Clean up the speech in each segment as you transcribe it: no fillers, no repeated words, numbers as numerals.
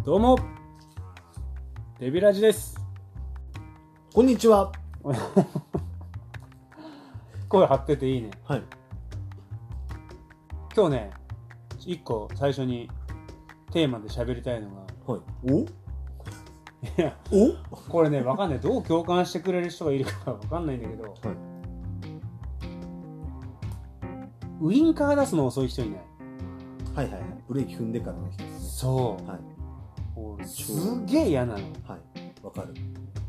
どうもデビラジです。 こんにちは。 声張ってていいね。 はい。 今日ね、一個最初にテーマで喋りたいのが、 はい。 いやこれね、わかんない。どう共感してくれる人がいるかわかんないんだけど、 はい。 ウインカー出すの遅い人いない？ はいはいはい。ブレーキ踏んでからの人ですね。 そう。 はい。 すげえ嫌なの。 はい。わかる。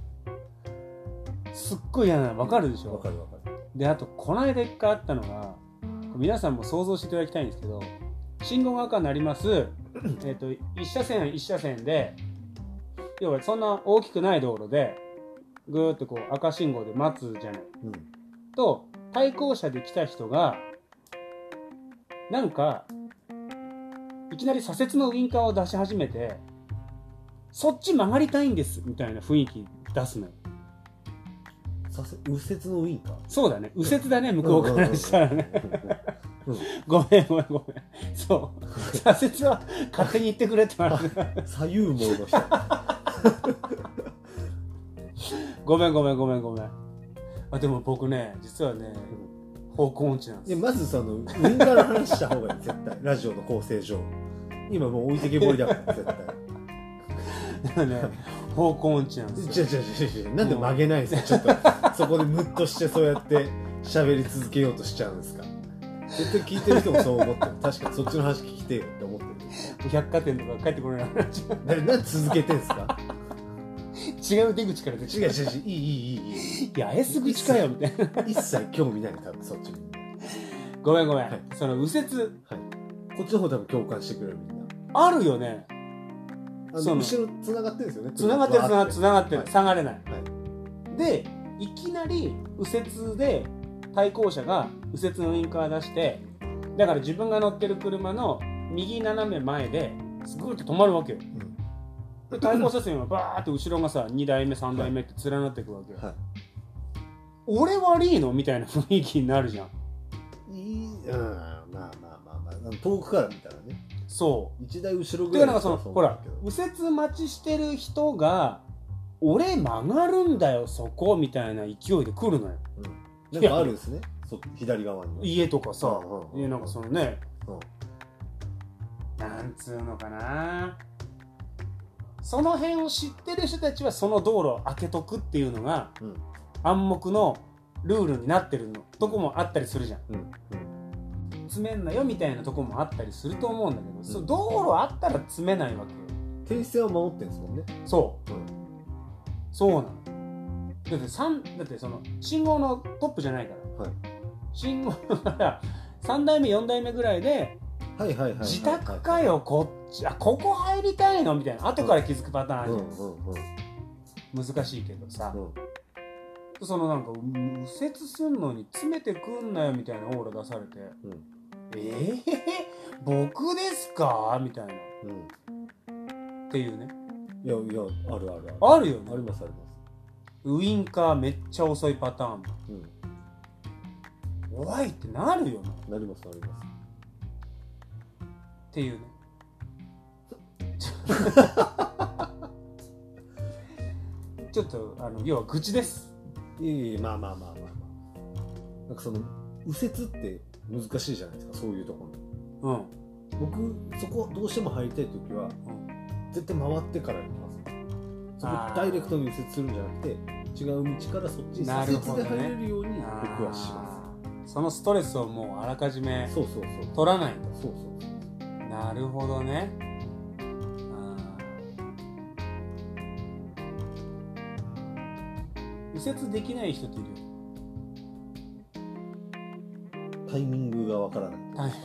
すっごい嫌なの。わかるでしょ？ わかるわかる。 で、あと、この間一回あったのが、皆さんも想像していただきたいんですけど、信号が赤になります。一車線で、要はそんな大きくない道路で、ぐーっとこう赤信号で待つじゃない。 うん。 と、対向車で来た人が、なんか、いきなり左折のウインカーを出し始めて、そっち曲がりたいんですみたいな雰囲気出すのよ。 右折のウインカー。 そうだね。右折だね、向こうからしたらね。ごめん。そう。左折は勝手に言ってくれって言われて。 左右盲の人。 ごめん。あ、でも僕ね、実はね、方向音痴なんです。 まずそのウインカーの話した方がいい、絶対。ラジオの構成上。今もう置いてけぼりだから、絶対。 だからね、方向音痴なんですよ。 違う。なんで曲げないんですか、ちょっと。そこでムッとしてそうやって喋り続けようとしちゃうんですか。絶対聞いてる人もそう思ってる。確かにそっちの話聞きてよって思ってる。 百貨店とか帰ってこれない話。 なんで続けてんすか。 違う出口から出て違う、いい。 いや、S口かよみたいな。 一切興味ない、多分そっちに。 ごめん、 はい、 その右折、 はい、こっちの方多分共感してくれる、みんな。 あるよね。 後ろ繋がってるんですよね。 繋がってる、 はい、 下がれない、 はい、 で、いきなり右折で対向車が右折のウインカー出して、だから自分が乗ってる車の右斜め前でスクーッと止まるわけよ、で対向車線はバーって後ろがさ2台目3台目って連なっていくわけよ、はい、俺悪いのみたいな雰囲気になるじゃん。 まあ遠くから見たらね。 そう一台後ろぐらいだからそのほら右折待ちしてる人が俺曲がるんだよそこみたいな勢いで来るのよ、 なんかあるんですね、左側に家とかさ、なんかそのね、なんつうのかな、その辺を知ってる人たちはその道路を開けとくっていうのが、暗黙のルールになってるのとこもあったりするじゃん、詰めんなよみたいなとこもあったりすると思うんだけど、そう道路あったら詰めないわけよ。 停止線は守ってんですもんね。 そう、そうなの。だってその信号のトップじゃないから、信号から3台目4台目ぐらいで自宅かよこっち、ここ入りたいのみたいな後から気づくパターンあるじゃん、難しいけどさ、そのなんか右折すんのに詰めてくんなよみたいなオーラ出されて、僕ですかみたいな、っていうね。 いやあるあるよね。 あります。 ウインカーめっちゃ遅いパターンも、おいってなるよな。 なりますっていうね。ちょっと要は愚痴です。 まあなんかその右折って難しいじゃないですか、そういうところ。僕そこどうしても入りたいときは、絶対回ってから行きます。そこダイレクトに右折するんじゃなくて、違う道からそっちに左折で入れるように僕はします。 そのストレスをもうあらかじめ取らないと。なるほどね。右折できない人っているよ。 タイミングがわからない。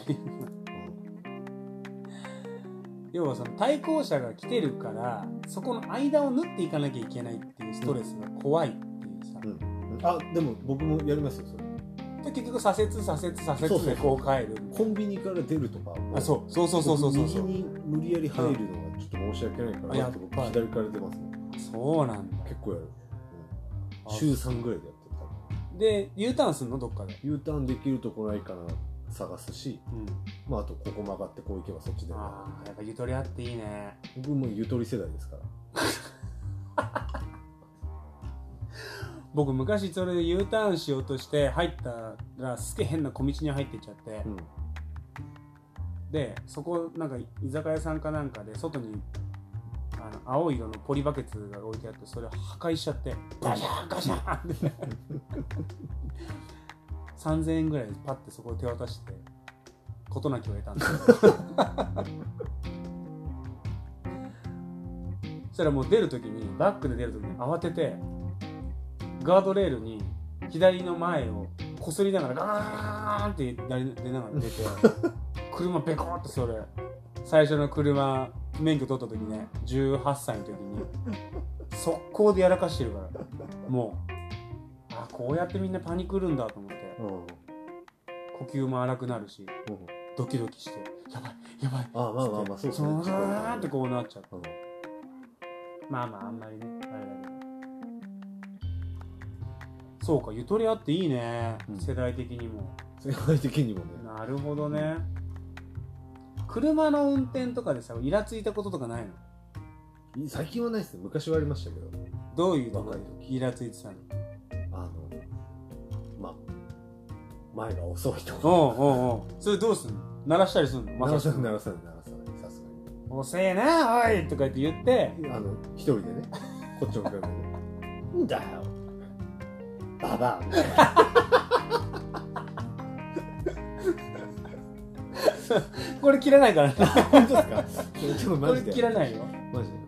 要はその対向車が来てるからそこの間を縫っていかなきゃいけないっていうストレスが怖いっていうさ、 でも僕もやりますよそれ。 で結局左折でこう帰る。 コンビニから出るとか、 そう右に無理やり入るのがちょっと申し訳ないから、僕左から出ますね。 そうなんだ。 結構やる。週3ぐらいでやってた。 で U ターンするのどっかで。 U ターンできるとこないかな。 探すし、あとここ曲がってこう行けばそっちで。 やっぱゆとりあっていいね。 僕もゆとり世代ですから。 僕昔それで U ターンしようとして入ったらすげえ変な小道に入ってっちゃって、でそこなんか居酒屋さんかなんかで外に青い色のポリバケツが置いてあってそれを破壊しちゃってガシャンガシャンって3000円ぐらいでパッてそこで手渡して事なきを得たんですよ。そしたらもう出るときにバックで出るときに慌ててガードレールに左の前をこすりながらガーンって出ながら出て車ベコーっとそれ最初の車免許取った時ね18歳の時に速攻でやらかしてるからもうこうやってみんなパニクるんだと思って、呼吸も荒くなるし、ドキドキしてやばいやばいそうですね。 ガーンってこうなっちゃった、あんまりねあれだけどそうかゆとりあっていいね、世代的にもね。 なるほどね。車の運転とかでさイラついたこととかないの？最近はないですね。昔はありましたけど。 どういうとこでイラついてたの？ 前が遅いとか。 それどうすんの？鳴らしたりすんの？ 鳴らさないさすがに。 遅えなおいとか言って一人でねこっちを向かう。んだよババアみたいな。 これ切らないからね。 本当ですか？ これ切らないよ。 マジで。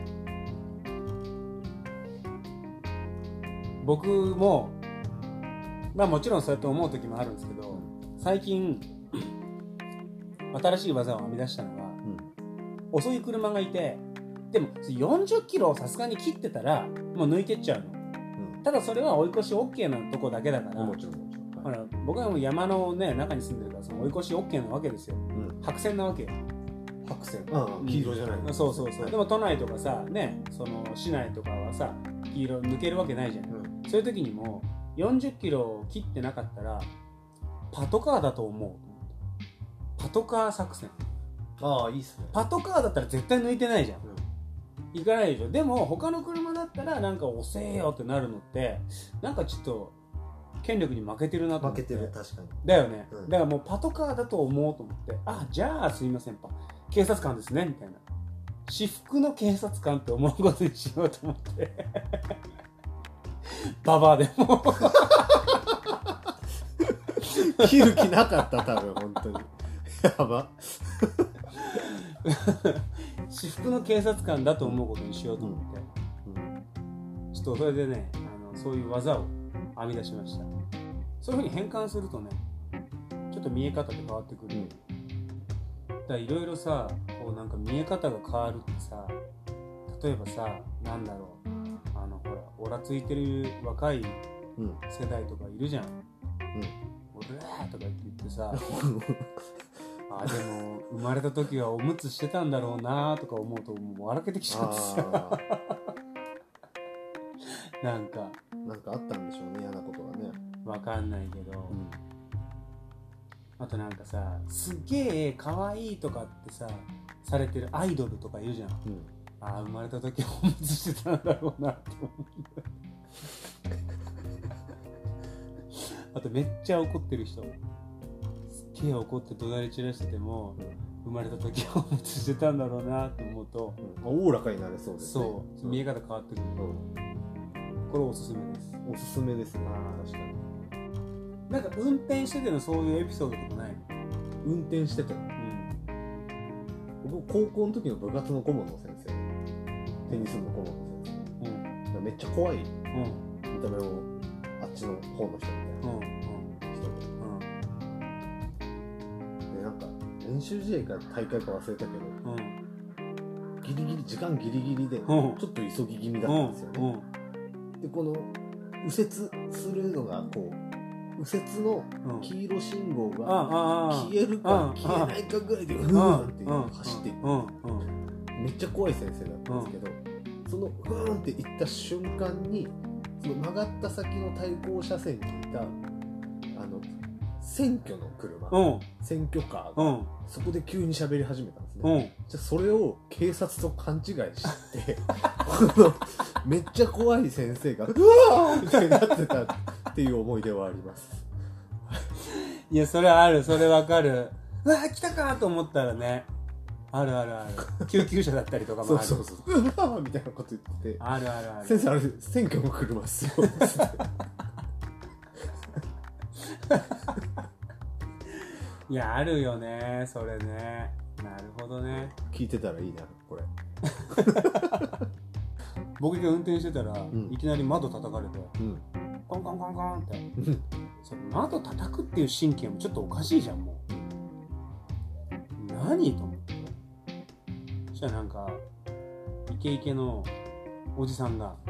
僕ももちろんそうやって思う時もあるんですけど、最近新しい技を編み出したのは、遅い車がいてでも40キロをさすがに切ってたらもう抜いてっちゃうの、ただそれは追い越し OK なとこだけだから、 もちろんほら僕はもう山の、ね、中に住んでるからその追い越し OK なわけですよ、白線なわけよ。 白線黄色じゃない、 そう、でも都内とかさ、ね、その市内とかはさ黄色抜けるわけないじゃん、そういう時にも40キロを切ってなかったらパトカーだと思う。パトカー作戦。 いいっすね。 パトカーだったら絶対抜いてないじゃん、行かないでしょ。でも他の車だったらなんか遅えよってなるのってなんかちょっと権力に負けてるなと思って。 負けてる、確かに。 だよね、だからもうパトカーだと思うと思って、じゃあすいません警察官ですねみたいな、私服の警察官って思うことにしようと思ってババアでも切る気なかった多分本当にやば私服の警察官だと思うことにしようと思って、ちょっとそれでねそういう技を編み出しました。そういう風に変換するとねちょっと見え方で変わってくる、だからいろいろさこうなんか見え方が変わるってさ、例えばさなんだろうほらオラついてる若い世代とかいるじゃん、オラーとか言ってさでも生まれた時はおむつしてたんだろうなとか思うともう笑けてきちゃってさなんかあったんでしょうね、嫌なことがね。 わかんないけど、あとなんかさすっげえ可愛いとかってさされてるアイドルとかいるじゃん、生まれた時はおむつしてたんだろうなって思うあとめっちゃ怒ってる人、すっげえ怒って怒鳴り散らしてても、生まれた時はおむつしてたんだろうなって思うと、 おおらかになれそうですね。 そう見え方変わってくる、これおすすめです。 おすすめですね。確かに。 なんか運転しててのそういうエピソードとかないの？ 運転してて、僕高校の時の部活の顧問の先生、テニス部の顧問の先生、めっちゃ怖い、見た目もあっちの方の人みたいな、人で、なんか練習試合か大会か忘れたけど、ギリギリ時間ギリギリでちょっと急ぎ気味だったんですよね。でこの右折するのがこう右折の黄色信号が消えるか消えないかぐらいでふーんって走っていって、めっちゃ怖い先生だったんですけど、そのふーんって行った瞬間にその曲がった先の対向車線にいた選挙の車、選挙カーが、そこで急に喋り始めたんですね、じゃあそれを警察と勘違いしてめっちゃ怖い先生がうわーみたいになってたっていう思い出はあります。 いやそれある、それわかる。うわー来たかと思ったらね、あるあるある。救急車だったりとかもある。 そうそうそう。うわーみたいなこと言ってて、 あるあるある。 先生あれ選挙の車っすよ。 いやあるよねそれね。なるほどね。 聞いてたらいいなこれ。 僕が運転してたら、いきなり窓叩かれて、コンコンコンコンって。それ窓叩くっていう神経もちょっとおかしいじゃんもう。何と思って。そしたらなんかイケイケのおじさんが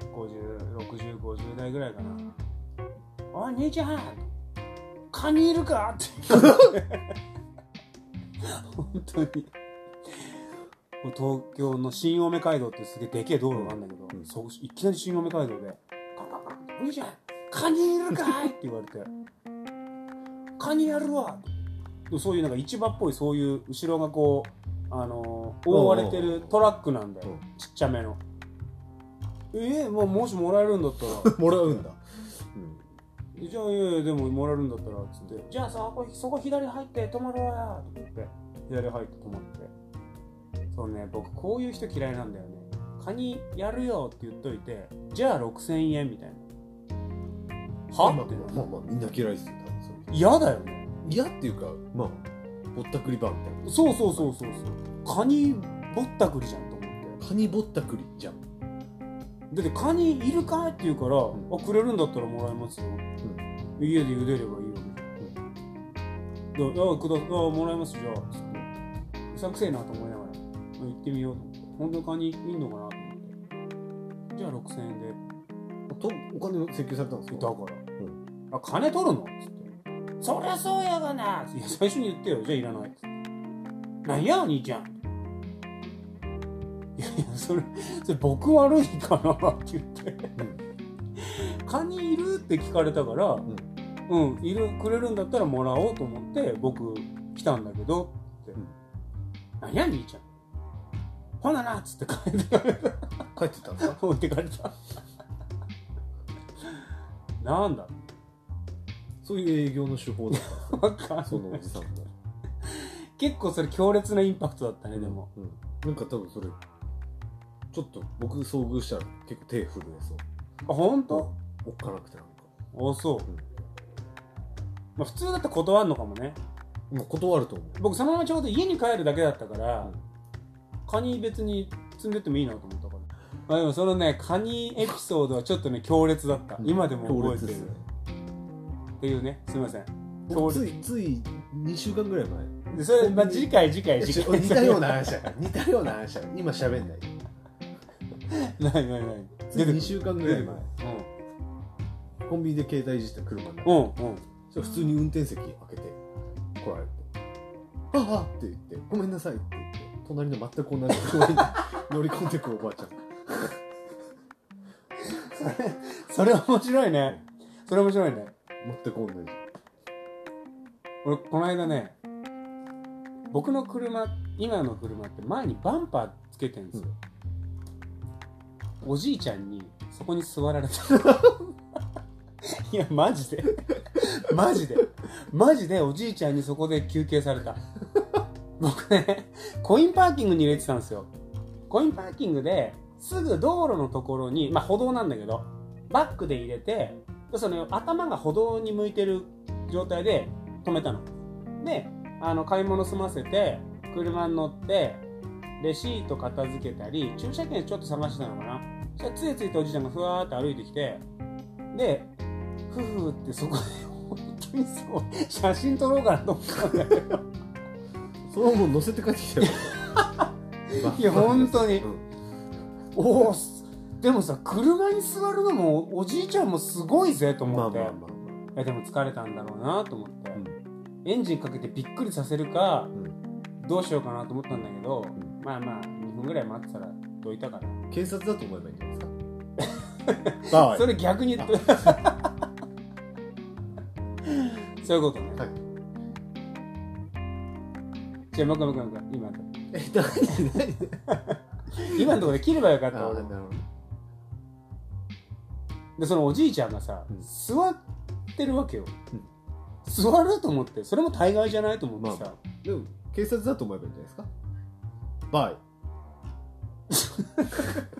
50、60、50代ぐらいかな。おい兄ちゃんカニいるかって言って本当に東京の新青梅街道ってすげえでけえ道路があるんだけど、そういきなり新青梅街道でカンカンカンお兄ちゃんカニいるかいって言われてカニやるわそういうなんか市場っぽいそういう後ろがこう覆われてるトラックなんだよ、ちっちゃめの。もしもらえるんだったらもらうんだ。 じゃあいやでももらえるんだったらつってじゃあさそこ左入って止まろうやとか言って左入って止まって、そうね僕こういう人嫌いなんだよね。カニやるよって言っといてじゃあ6000円みたいなはってまあみんな嫌いですよ多分それ。 嫌だよね。 嫌っていうかまあぼったくりバーみたいな。 そうカニぼったくりじゃんと思って。 カニぼったくりじゃん。 だってカニいるかって言うから、くれるんだったらもらえますよ、家で茹でればいいわけじゃん、もらえますじゃあつってうさくせえなと思いながら行ってみようと思って、本当にカニいんのかなと思って、じゃあ6000円でお金を請求されたんですか。 だから、金取るのっつって、そりゃそうやがな。いや最初に言ってよ。じゃあいらないっつって、なんやお兄ちゃん。いやそれ僕悪いかなって言って、カニいるって聞かれたから、いるくれるんだったらもらおうと思って僕来たんだけどって、なんや兄ちゃんほななっつって帰ってたんですか。置いてかれた。なんだそういう営業の手法だったそのおじさんも結構それ強烈なインパクトだったね。でも、 なんか多分それちょっと僕遭遇したら結構手震えそう。 あ、ほんと？ おっかなくてなんか。 あ、そう。まあ普通だったら断るのかもね。 まあ断ると思う。 僕そのままちょうど家に帰るだけだったから、カニ別に積んでってもいいなと思ったから。でもそのねカニエピソードはちょっとね強烈だった。今でも覚えてる。っていうね、すみません。 つい2週間ぐらい前。 でそれ次回。似たような話だから。今喋んない。 ない。 2週間ぐらい前。コンビニで携帯いじった車になって。普通に運転席開けて来られて。あって言ってごめんなさいって言って隣の全く同じ車に乗り込んでくおばあちゃん。 それ面白いね。全く同じ。 俺この間ね、僕の今の車って前にバンパーつけてるんですよ、おじいちゃんにそこに座られた。いやマジでおじいちゃんにそこで休憩された。僕ねコインパーキングに入れてたんですよ。コインパーキングですぐ道路のところに、まあ歩道なんだけどバックで入れて、その頭が歩道に向いてる状態で止めたので、買い物済ませて車に乗ってレシート片付けたり駐車券ちょっと探してたのかな。そしたらついついとおじいちゃんがふわーって歩いてきて、でふふってそこで本当にそう写真撮ろうかなと思ったんだけどそのもう乗せて帰ってきたよ。 いや本当に、おおでもさ車に座るのもおじいちゃんもすごいぜと思って、でも疲れたんだろうなと思って、エンジンかけてびっくりさせるか、どうしようかなと思ったんだけど、まあ2分ぐらい待ってたらどいたから警察だと思えばいいんじゃないですか。 それ逆に言ってそういうことね。はい。じゃあ、もう一回、今の。今のところで切ればよかった、俺。で、そのおじいちゃんがさ、座ってるわけよ。座ると思って、それも大概じゃないと思ってさ。 でも、警察だと思えばいいんじゃないですか。バイ。